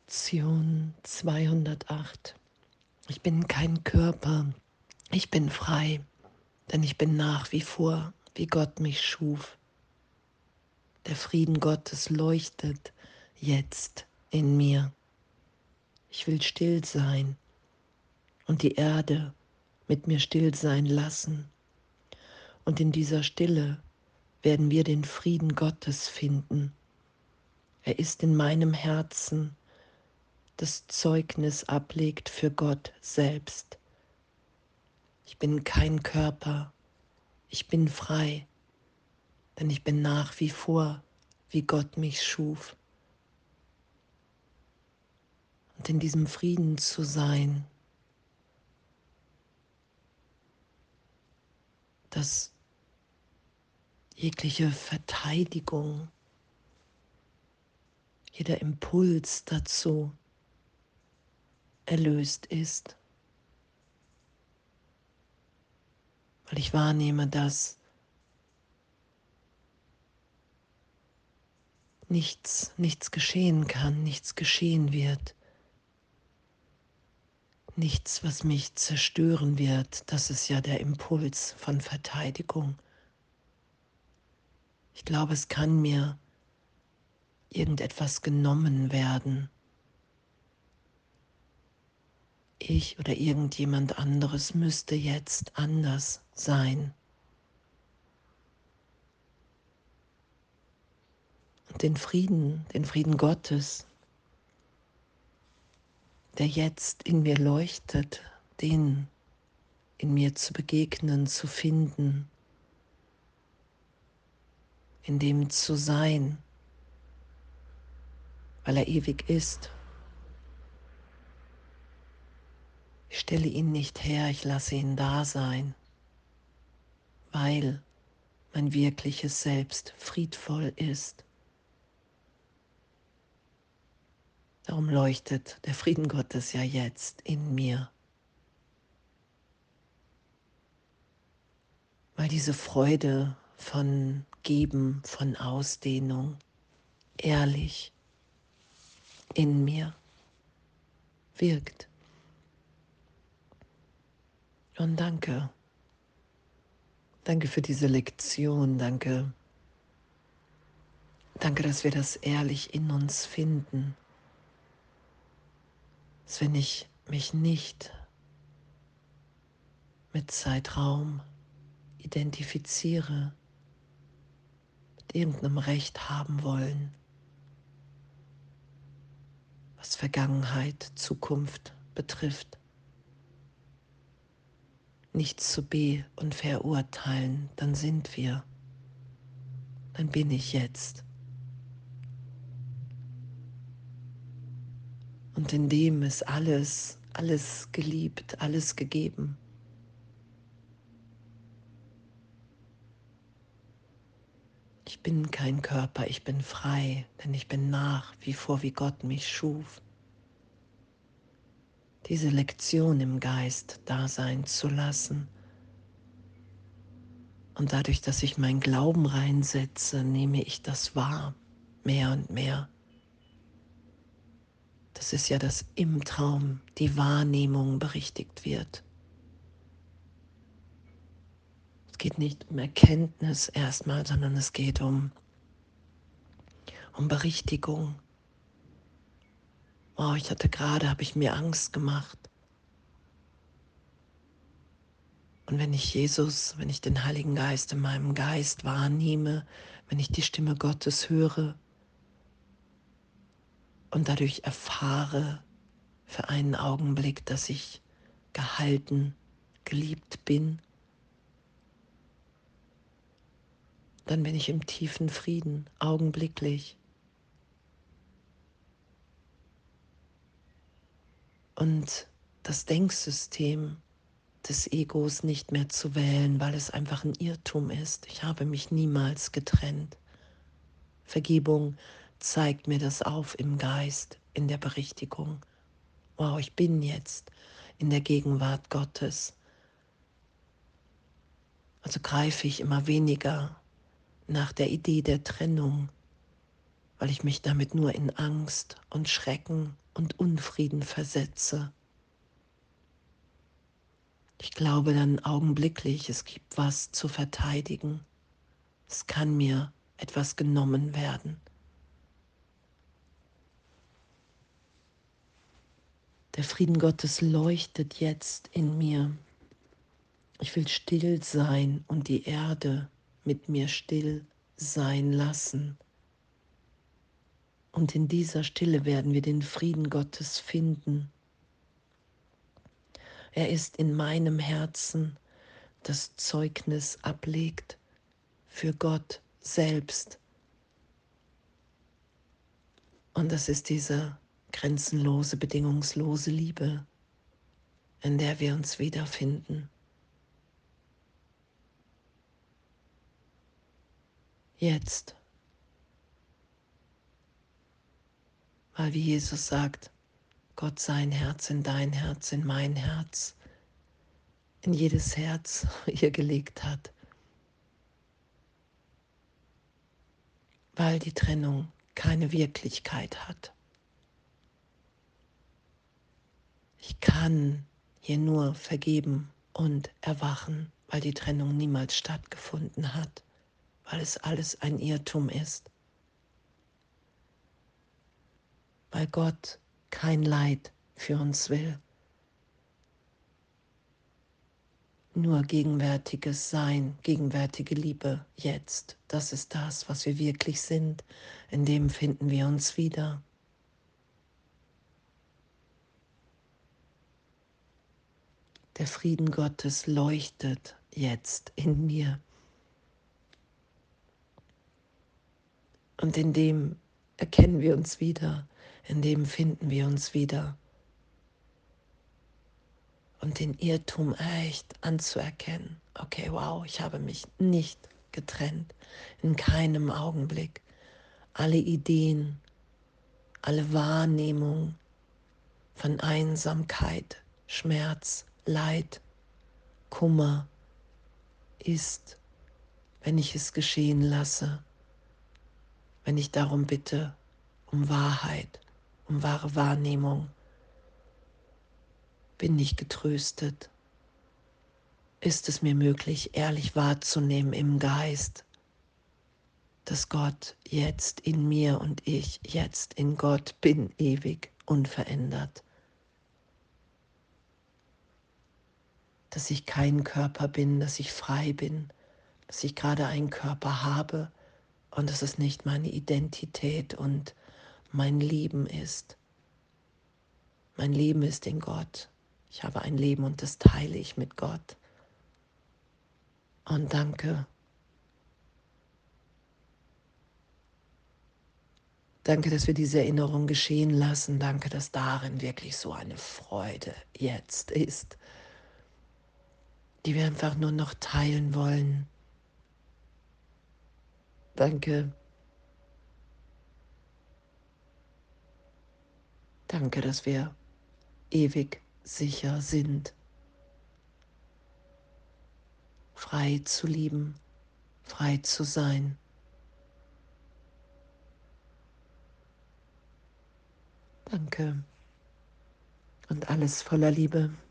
Lektion 208. Ich bin kein Körper, ich bin frei, denn ich bin nach wie vor, wie Gott mich schuf. Der Frieden Gottes leuchtet jetzt in mir. Ich will still sein und die Erde mit mir still sein lassen. Und in dieser Stille werden wir den Frieden Gottes finden. Er ist in meinem Herzen, das Zeugnis ablegt für Gott selbst. Ich bin kein Körper, ich bin frei, denn ich bin nach wie vor, wie Gott mich schuf. Und in diesem Frieden zu sein, dass jegliche Verteidigung, jeder Impuls dazu erlöst ist, weil ich wahrnehme, dass nichts geschehen kann, nichts geschehen wird, nichts, was mich zerstören wird. Das ist ja der Impuls von Verteidigung. Ich glaube, es kann mir irgendetwas genommen werden. Ich oder irgendjemand anderes müsste jetzt anders sein. Und den Frieden Gottes, der jetzt in mir leuchtet, den in mir zu begegnen, zu finden, in dem zu sein, weil er ewig ist. Ich stelle ihn nicht her, ich lasse ihn da sein, weil mein wirkliches Selbst friedvoll ist. Darum leuchtet der Frieden Gottes ja jetzt in mir. Weil diese Freude von Geben, von Ausdehnung ehrlich in mir wirkt. Und danke. Danke für diese Lektion. Danke. Danke, dass wir das ehrlich in uns finden. Dass wenn ich mich nicht mit Zeitraum identifiziere, mit irgendeinem Recht haben wollen, was Vergangenheit, Zukunft betrifft, nichts zu und verurteilen, dann sind wir, dann bin ich jetzt. Und in dem ist alles geliebt, alles gegeben. Ich bin kein Körper, ich bin frei, denn ich bin nach wie vor, wie Gott mich schuf. Diese Lektion im Geist da sein zu lassen. Und dadurch, dass ich meinen Glauben reinsetze, nehme ich das wahr, mehr und mehr. Das ist ja, dass im Traum die Wahrnehmung berichtigt wird. Es geht nicht um Erkenntnis erstmal, sondern es geht um Berichtigung. Oh, habe ich mir Angst gemacht. Und wenn ich Jesus, wenn ich den Heiligen Geist in meinem Geist wahrnehme, wenn ich die Stimme Gottes höre und dadurch erfahre für einen Augenblick, dass ich gehalten, geliebt bin, dann bin ich im tiefen Frieden, augenblicklich. Und das Denksystem des Egos nicht mehr zu wählen, weil es einfach ein Irrtum ist. Ich habe mich niemals getrennt. Vergebung zeigt mir das auf im Geist, in der Berichtigung. Wow, ich bin jetzt in der Gegenwart Gottes. Also greife ich immer weniger nach der Idee der Trennung, weil ich mich damit nur in Angst und Schrecken und Unfrieden versetze. Ich glaube dann augenblicklich, es gibt was zu verteidigen. Es kann mir etwas genommen werden. Der Frieden Gottes leuchtet jetzt in mir. Ich will still sein und die Erde mit mir still sein lassen. Und in dieser Stille werden wir den Frieden Gottes finden. Er ist in meinem Herzen, das Zeugnis ablegt für Gott selbst. Und das ist diese grenzenlose, bedingungslose Liebe, in der wir uns wiederfinden. Jetzt, weil wie Jesus sagt, Gott sein Herz in dein Herz, in mein Herz, in jedes Herz ihr gelegt hat, weil die Trennung keine Wirklichkeit hat. Ich kann hier nur vergeben und erwachen, weil die Trennung niemals stattgefunden hat, weil es alles ein Irrtum ist, weil Gott kein Leid für uns will, nur gegenwärtiges Sein, gegenwärtige Liebe jetzt. Das ist das, was wir wirklich sind, in dem finden wir uns wieder. Der Frieden Gottes leuchtet jetzt in mir. Und in dem erkennen wir uns wieder, in dem finden wir uns wieder. Und den Irrtum echt anzuerkennen. Okay, wow, ich habe mich nicht getrennt, in keinem Augenblick. Alle Ideen, alle Wahrnehmung von Einsamkeit, Schmerz, Leid, Kummer ist, wenn ich es geschehen lasse, wenn ich darum bitte, um Wahrheit, um wahre Wahrnehmung, bin ich getröstet. Ist es mir möglich, ehrlich wahrzunehmen im Geist, dass Gott jetzt in mir und ich jetzt in Gott bin, ewig, unverändert. Dass ich kein Körper bin, dass ich frei bin, dass ich gerade einen Körper habe und dass es nicht meine Identität und mein Leben ist. Mein Leben ist in Gott. Ich habe ein Leben und das teile ich mit Gott. Und danke. Danke, dass wir diese Erinnerung geschehen lassen. Danke, dass darin wirklich so eine Freude jetzt ist, die wir einfach nur noch teilen wollen. Danke. Danke, dass wir ewig sicher sind, frei zu lieben, frei zu sein. Danke und alles voller Liebe.